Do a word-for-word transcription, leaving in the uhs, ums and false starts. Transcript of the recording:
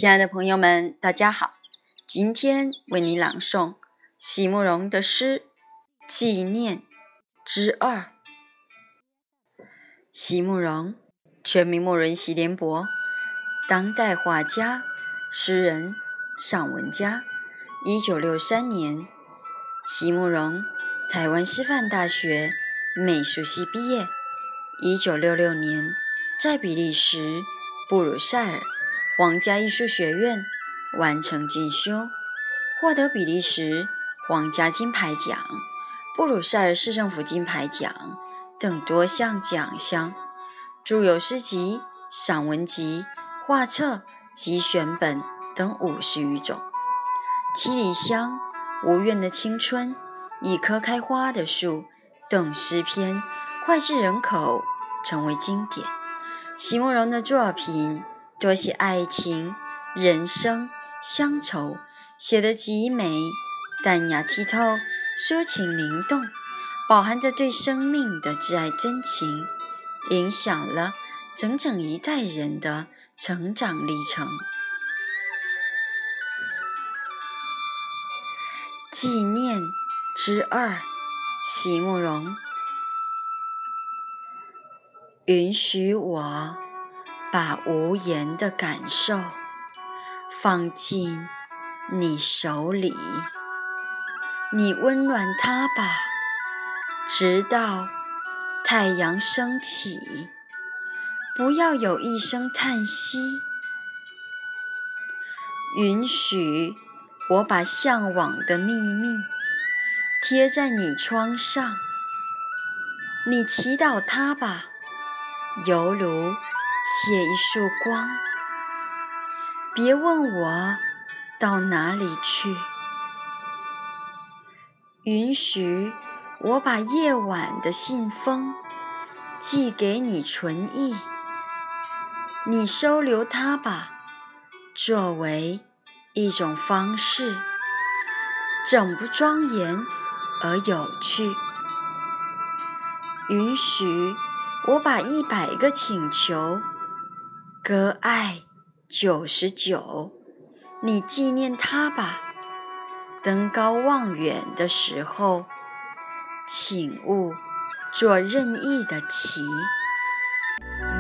亲爱的朋友们，大家好，今天为你朗诵席慕容的诗《纪念之二》。席慕容，全名慕容席联博，当代画家、诗人、散文家。一九六三年，席慕容台湾师范大学美术系毕业。一九六六年，在比利时布鲁塞尔皇家艺术学院完成进修，获得比利时皇家金牌奖、布鲁塞尔市政府金牌奖等多项奖项，著有诗集、散文集、画册及选本等五十余种。七里香、无怨的青春、一棵开花的树等诗篇脍炙人口，成为经典。席慕容的作品多写爱情、人生、乡愁，写得极美，淡雅剔透，抒情灵动，饱含着对生命的挚爱真情，影响了整整一代人的成长历程。纪念之二，席慕容。允许我把无言的感受放进你手里，你温暖它吧，直到太阳升起，不要有一声叹息。允许我把向往的秘密贴在你窗上，你祈祷它吧，犹如写一束光。别问我到哪里去。允许我把夜晚的信封寄给你纯意，你收留它吧，作为一种方式，整不庄严而有趣。允许我把一百个请求割爱九十九，你纪念它吧，登高望远的时候，请勿做任意的棋。